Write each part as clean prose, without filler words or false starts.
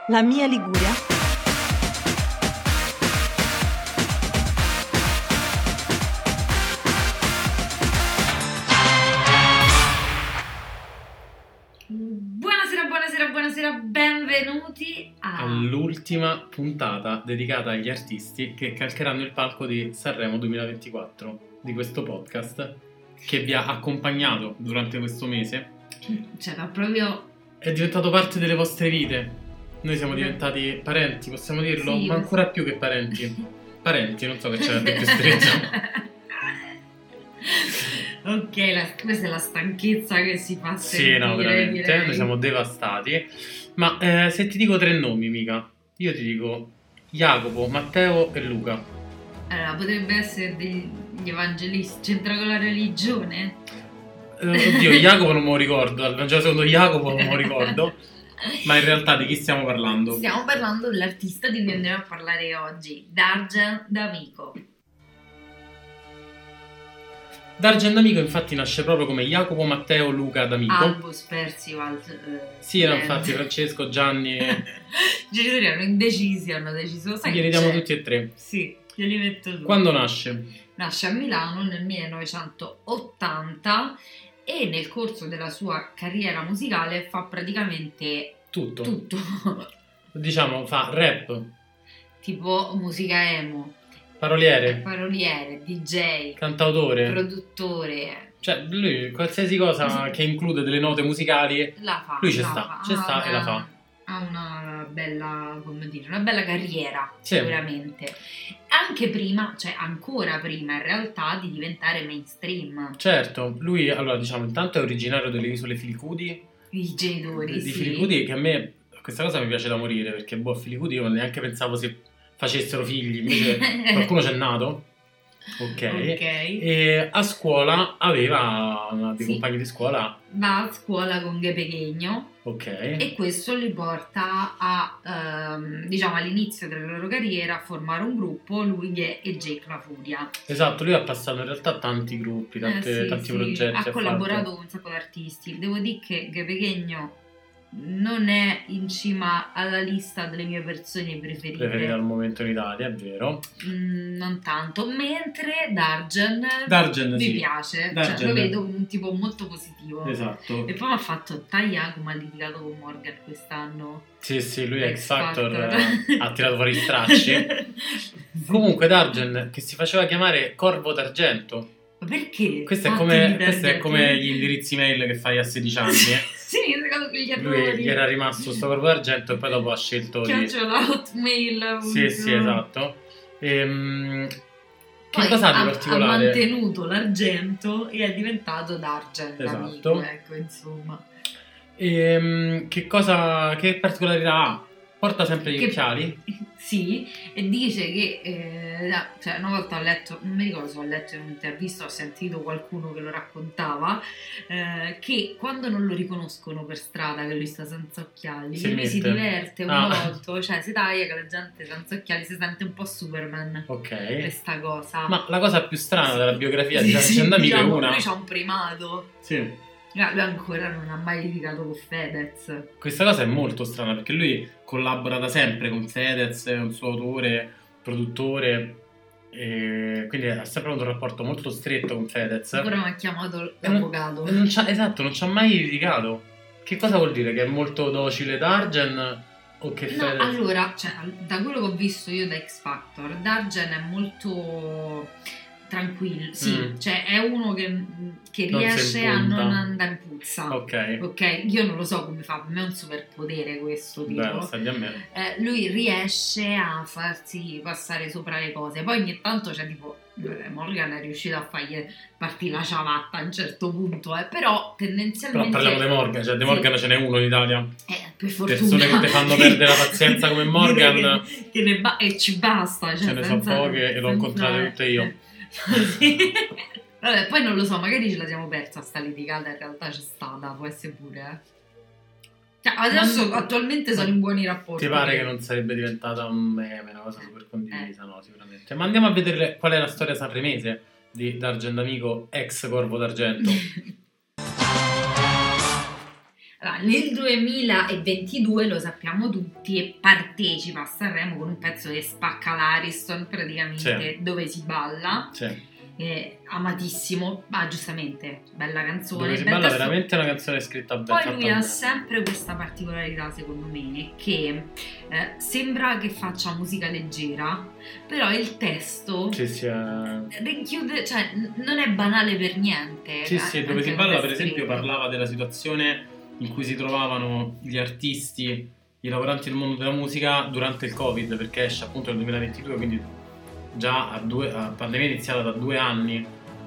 La mia Liguria. Buonasera, benvenuti all'ultima puntata dedicata agli artisti che calcheranno il palco di Sanremo 2024 di questo podcast che vi ha accompagnato durante questo mese. Cioè, ma proprio è diventato parte delle vostre vite. Noi siamo diventati parenti, possiamo dirlo? Sì, ma ancora più che parenti. Parenti, non so che c'è più stretto. Ok, questa è la stanchezza che si fa sentire. Sì, no, veramente, direi. Noi siamo devastati. Ma se ti dico 3 nomi, mica, io ti dico Jacopo, Matteo e Luca. Allora, potrebbe essere degli evangelisti, c'entra con la religione? Oddio, Jacopo non me lo ricordo, al Vangelo secondo Jacopo non me lo ricordo. Ma in realtà di chi stiamo parlando? Stiamo parlando dell'artista di cui andremo a parlare oggi, Dargen D'Amico. Dargen D'Amico infatti nasce proprio come Jacopo, Matteo, Luca D'Amico. Albus Percival. Sì, erano infatti Francesco, Gianni. I genitori erano indecisi, hanno deciso. Sai Glieli diamo tutti e 3. Sì, glieli metto tutti. Quando nasce? Nasce a Milano nel 1980 e nel corso della sua carriera musicale fa praticamente tutto. Diciamo, fa rap, tipo musica emo, paroliere, DJ, cantautore, produttore. Cioè lui qualsiasi cosa che include delle note musicali la fa, lui ci sta e la fa. Ha una bella, come dire, una bella carriera, sì, sicuramente. Anche prima, cioè ancora prima in realtà di diventare mainstream. Certo, lui allora diciamo intanto è originario delle isole Filicudi. I genitori, di Filicudi, che a me questa cosa mi piace da morire, perché Filicudi io neanche pensavo si facessero figli, invece qualcuno c'è nato. Ok. E a scuola aveva dei compagni di scuola. Va a scuola con Ghe Pechegno. Ok. E questo li porta a, diciamo, all'inizio della loro carriera a formare un gruppo, lui, Ghe e Jake La Furia. Esatto, lui ha passato in realtà tanti gruppi, tanti progetti. Ha collaborato con un sacco di artisti. Devo dire che Ghe Pechegno non è in cima alla lista delle mie persone preferite al momento in Italia, è vero. Non tanto, mentre Dargen mi piace, Dargen. Cioè, lo vedo come un tipo molto positivo. Esatto. E poi mi ha fatto Taya come ha litigato con Morgan quest'anno. Sì, lui è X Factor ha tirato fuori i stracci. Comunque Dargen, che si faceva chiamare Corvo d'Argento. Ma perché? Questo è come gli indirizzi mail che fai a 16 anni. Sì, ricordo che lui gli era rimasto sto Corvo d'Argento e poi dopo ha scelto la Hotmail. Sì, esatto. Che cosa ha di particolare? Ha mantenuto l'argento e è diventato Dargen D'Amico, esatto. Ecco, insomma. Che particolarità ha? Porta sempre gli occhiali? Sì, e dice che cioè una volta ho letto, non mi ricordo se ho letto in un'intervista o ho sentito qualcuno che lo raccontava, che quando non lo riconoscono per strada che lui sta senza occhiali, lui si diverte un volto, cioè si taglia che la gente senza occhiali si sente un po' Superman. Ok. Questa cosa. Ma la cosa più strana della biografia di Dargen D'Amico è una... Lui c'ha un primato. Sì. Lui ancora non ha mai litigato con Fedez. Questa cosa è molto strana perché lui collabora da sempre con Fedez, è un suo autore, produttore, e quindi ha sempre avuto un rapporto molto stretto con Fedez. Ancora mi ha chiamato l'avvocato. Non ci ha mai litigato. Che cosa vuol dire? Che è molto docile Dargen o che Fedez? No, allora, cioè, da quello che ho visto io da X Factor, Dargen è molto tranquillo, sì, cioè è uno che riesce a non andare in puzza. Ok, io non lo so come fa, per me è un superpotere questo tipo. Beh, lo sai a me. Lui riesce a farsi passare sopra le cose, poi ogni tanto c'è tipo Morgan è riuscito a fargli partire la ciabatta a un certo punto, però tendenzialmente... Però parliamo di Morgan, cioè di Morgan ce n'è uno in Italia. Per fortuna. Persone che ti fanno perdere la pazienza come Morgan e ci basta, cioè, ce ne sono poche e l'ho incontrate tutte io. Sì. Vabbè, poi non lo so, magari ce la siamo persa sta litigata, in realtà c'è stata, può essere pure. Cioè, adesso attualmente sono in buoni rapporti. Ti pare che non sarebbe diventata un meme, una cosa super condivisa? No, sicuramente. Ma andiamo a vedere qual è la storia sanremese di Dargen D'Amico, ex Corvo d'Argento. Allora, nel 2022 lo sappiamo tutti e partecipa a Sanremo con un pezzo che spacca l'Ariston praticamente, Dove si balla. Amatissimo, ma giustamente bella canzone. Dove si balla è veramente una canzone scritta bene. Poi lui ha sempre questa particolarità, secondo me, che sembra che faccia musica leggera, però il testo rinchiude, cioè non è banale per niente. Sì, Dove si balla per esempio parlava della situazione in cui si trovavano gli artisti, i lavoranti del mondo della musica durante il Covid, perché esce appunto nel 2022, quindi già la pandemia è iniziata da 2 anni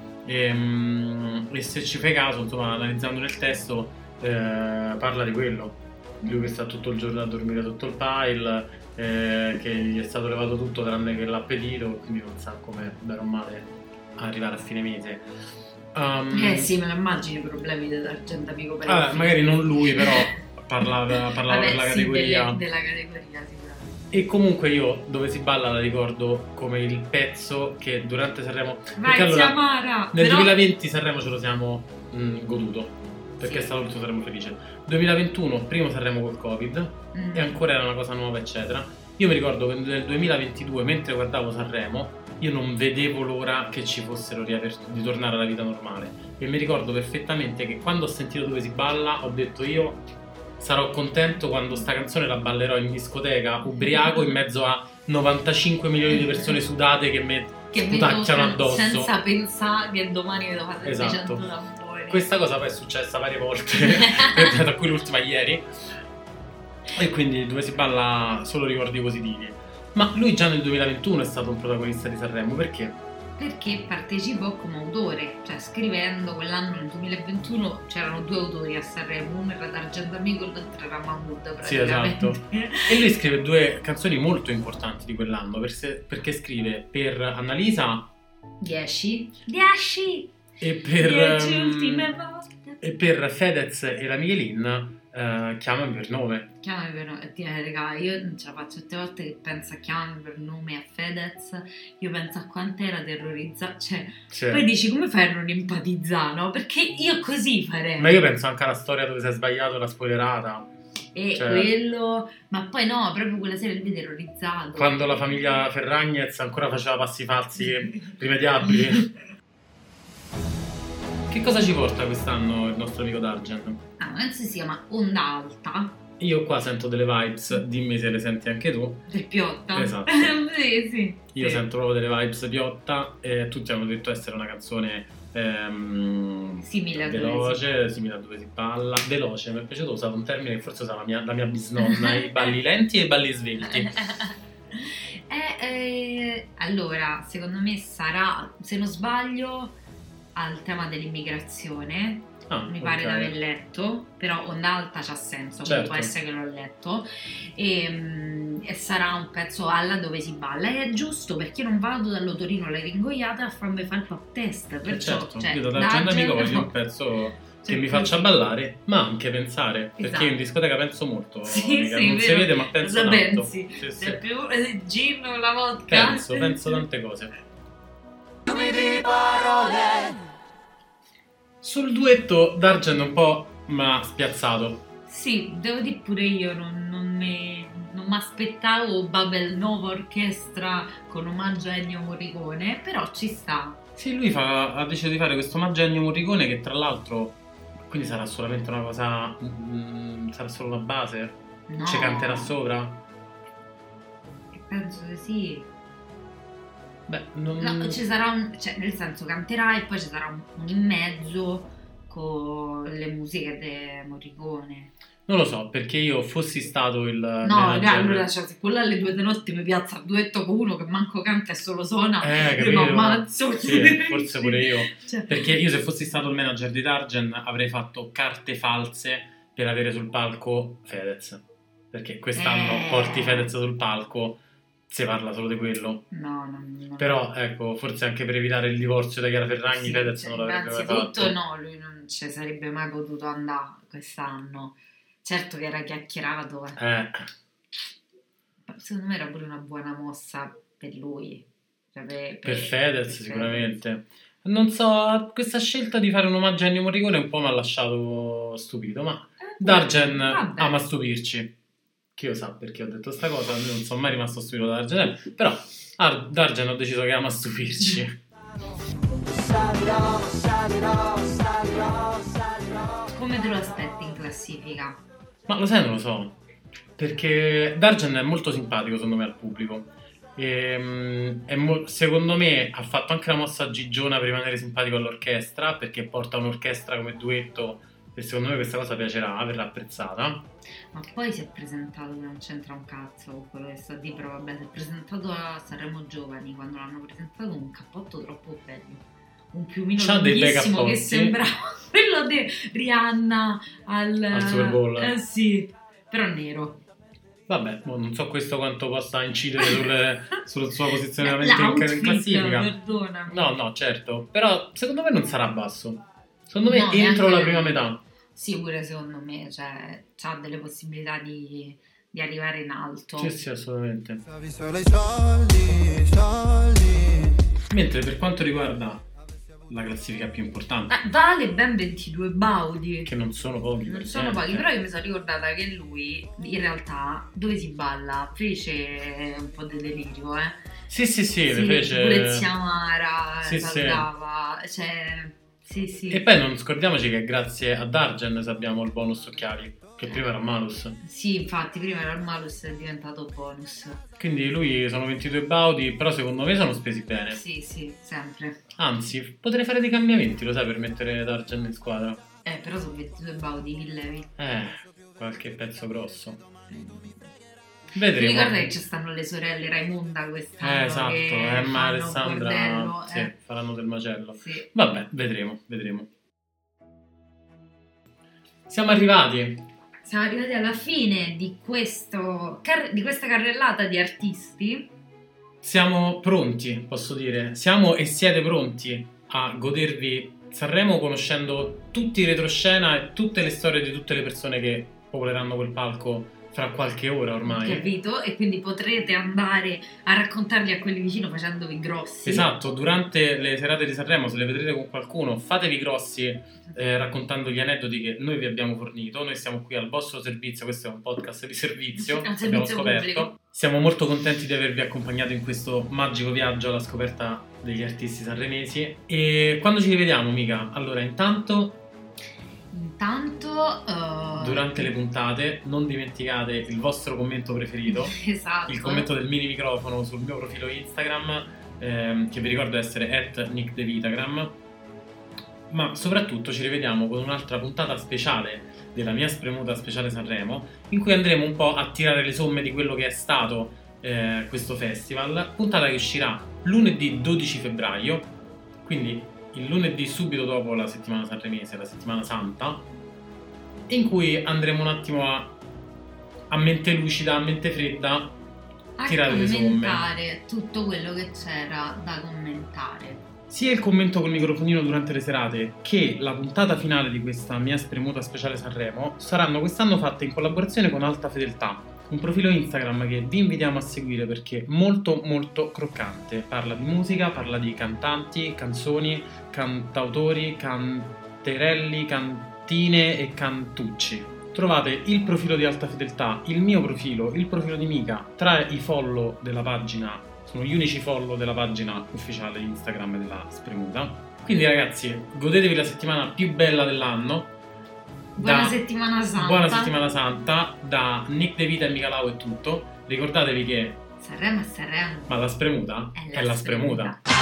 e se ci fai caso, insomma, analizzando nel testo parla di quello, lui che sta tutto il giorno a dormire sotto il pile, che gli è stato levato tutto tranne che l'appetito, quindi non sa come bene o male arrivare a fine mese. Sì, me lo immagino i problemi dell'Argentamico per magari non lui, però parlava per la categoria della categoria, sì. E comunque io Dove si balla la ricordo come il pezzo che durante Sanremo, perché allora nel 2020 Sanremo ce lo siamo goduto, perché è stato tutto Sanremo felice. 2021 primo Sanremo col Covid e ancora era una cosa nuova eccetera. Io mi ricordo che nel 2022 mentre guardavo Sanremo io non vedevo l'ora che ci fossero di tornare alla vita normale, e mi ricordo perfettamente che quando ho sentito Dove si balla ho detto io sarò contento quando sta canzone la ballerò in discoteca ubriaco in mezzo a 95 milioni di persone sudate che mi sputacchiano addosso, senza pensare che domani devo fare 600 esatto. lamponi. Questa cosa poi è successa varie volte tra cui l'ultima ieri, e quindi Dove si balla solo ricordi positivi. Ma lui già nel 2021 è stato un protagonista di Sanremo, perché? Perché partecipò come autore, cioè scrivendo quell'anno nel 2021 c'erano 2 autori a Sanremo, uno era D'Argentamico e l'altro era Mahmood praticamente. Sì, esatto. E lui scrive 2 canzoni molto importanti di quell'anno, perché scrive per Annalisa 10 e per 10 ultime volte, e per Fedez e la Michelin Chiamami per nome. Chiamami per nome, raga, io non ce la faccio tutte le volte che penso a Chiamami per nome a Fedez, io penso a quanto era terrorizzato, cioè poi dici come fai a non empatizzare, no? Perché io così farei. Ma io penso anche alla storia dove si è sbagliato, la spoilerata. E quello, ma poi no, proprio quella sera lui terrorizzato. Quando la famiglia Ferragnez ancora faceva passi falsi rimediabili. Che cosa ci porta quest'anno il nostro amico Dargen? Penso si chiama Onda Alta. Io qua sento delle vibes, dimmi se le senti anche tu. Del Piotta? Esatto. sì. Io sento proprio delle vibes Piotta, e tutti hanno detto essere una canzone simile a veloce, simile a Dove si balla. Veloce, mi è piaciuto, ho usato un termine che forse usava la mia bisnonna, i balli lenti e i balli svelti. Allora, secondo me sarà, se non sbaglio, al tema dell'immigrazione, mi pare di aver letto, però Onda Alta c'ha senso, quindi può essere che l'ho letto, e sarà un pezzo alla Dove si balla, e è giusto perché io non vado dall'Otorino alla Ringoiata a farmi fare il pop test, perciò io da Dargen voglio un pezzo che mi faccia ballare, ma anche pensare, perché io in discoteca penso molto, non si vede ma penso tanto. Pensi? C'è più gin o la vodka? Penso tante cose. Di parole. Sul duetto Dargen un po' mi ha spiazzato. Sì, devo dire pure io, non mi aspettavo Babel Nova Orchestra con omaggio a Ennio Morricone, però ci sta. Sì, lui ha deciso di fare questo omaggio a Ennio Morricone, che tra l'altro, quindi sarà solamente una cosa, sarà solo una base? No. Ci canterà sopra? Penso che sì. Beh, no, ci sarà cioè nel senso canterà e poi ci sarà un in mezzo con le musiche di Morricone. Non lo so, perché io fossi stato il allora se quello alle 2 di notte mi piazza il duetto con uno che manco canta e solo suona, io mi ammazzo. Sì, forse pure io. Perché io se fossi stato il manager di Dargen avrei fatto carte false per avere sul palco Fedez, perché quest'anno porti Fedez sul palco, si parla solo di quello. No. Però ecco, forse anche per evitare il divorzio da Chiara Ferragni, Fedez non l'avrebbe mai fatto. Innanzitutto no, lui non ci sarebbe mai potuto andare quest'anno. Certo che era chiacchierato. Secondo me era pure una buona mossa per lui. Cioè per Fedez sicuramente. Non so, questa scelta di fare un omaggio a Ennio Morricone un po' mi ha lasciato stupito, ma Dargen ama stupirci. Che io sa perché ho detto sta cosa, non sono mai rimasto stupito da Dargen, però Dargen ho deciso che ama stupirci. Come te lo aspetti in classifica? Ma lo sai, non lo so, perché Dargen è molto simpatico secondo me al pubblico. Secondo me ha fatto anche la mossa gigiona per rimanere simpatico all'orchestra, perché porta un'orchestra come duetto e secondo me questa cosa piacerà, verrà apprezzata. Ma poi si è presentato, non c'entra un cazzo con quello che sta di, però vabbè, si è presentato a Sanremo Giovani, quando l'hanno presentato un cappotto troppo bello, un piumino lunghissimo che sembrava quello di Rihanna al Super Bowl. Sì, però nero. Vabbè, non so questo quanto possa incidere sul suo posizionamento in classifica. Perdonami. No, certo. Però secondo me non sarà basso. Secondo me entro la prima metà. Sì, pure secondo me, cioè, c'ha delle possibilità di arrivare in alto. Sì, assolutamente. Mentre per quanto riguarda la classifica più importante, vale ben 22 baudi, che non sono pochi. Non sono pochi, però io mi sono ricordata che lui in realtà dove si balla fece un po' di delirio, Sì, le fece pure Ziamara saltava, cioè sì. E poi non scordiamoci che grazie a Dargen abbiamo il bonus occhiali, che prima era malus. Sì, infatti prima era il malus e è diventato bonus. Quindi lui sono 22 baudi, però secondo me sono spesi bene. Sì, sempre. Anzi, potrei fare dei cambiamenti, lo sai, per mettere Dargen in squadra. Però sono 22 baudi, chi levi? Qualche pezzo grosso. Vedremo. Mi ricordo che ci stanno le sorelle Raimonda quest'anno. Esatto, Emma e Alessandra faranno del macello. Sì. Vabbè, vedremo. Siamo arrivati alla fine di questa carrellata di artisti. Siamo pronti, posso dire. Siamo e siete pronti a godervi Sanremo conoscendo tutti i retroscena e tutte le storie di tutte le persone che popoleranno quel palco fra qualche ora ormai. Capito? E quindi potrete andare a raccontarli a quelli vicino facendovi grossi. Esatto, durante le serate di Sanremo, se le vedrete con qualcuno, fatevi grossi raccontando gli aneddoti che noi vi abbiamo fornito. Noi siamo qui al vostro servizio, questo è un podcast di servizio, abbiamo scoperto. Pubblico. Siamo molto contenti di avervi accompagnato in questo magico viaggio alla scoperta degli artisti sanremesi. E quando ci rivediamo, mica? Allora, intanto durante le puntate non dimenticate il vostro commento preferito. Esatto. Il commento del mini microfono sul mio profilo Instagram, che vi ricordo essere @nickdevitagram. Ma soprattutto ci rivediamo con un'altra puntata speciale della mia spremuta speciale Sanremo, in cui andremo un po' a tirare le somme di quello che è stato questo festival. Puntata che uscirà lunedì 12 febbraio, quindi il lunedì subito dopo la settimana sanremese, la settimana santa, in cui andremo un attimo a mente lucida, a mente fredda, a tirare le somme. Commentare tutto quello che c'era da commentare. Sia il commento col microfonino durante le serate che la puntata finale di questa mia spremuta speciale Sanremo saranno quest'anno fatte in collaborazione con Alta Fedeltà, un profilo Instagram che vi invitiamo a seguire perché è molto molto croccante. Parla di musica, parla di cantanti, canzoni, cantautori, canterelli, cantine e cantucci. Trovate il profilo di Alta Fedeltà, il mio profilo, il profilo di Mica tra i follow della pagina. Sono gli unici follow della pagina ufficiale Instagram della Spremuta. Quindi ragazzi, godetevi la settimana più bella dell'anno. Buona settimana santa. Buona settimana santa. Da Nick De Vita e Micalau è tutto. Ricordatevi che Sanremo è Sanremo, ma la Spremuta è la Spremuta.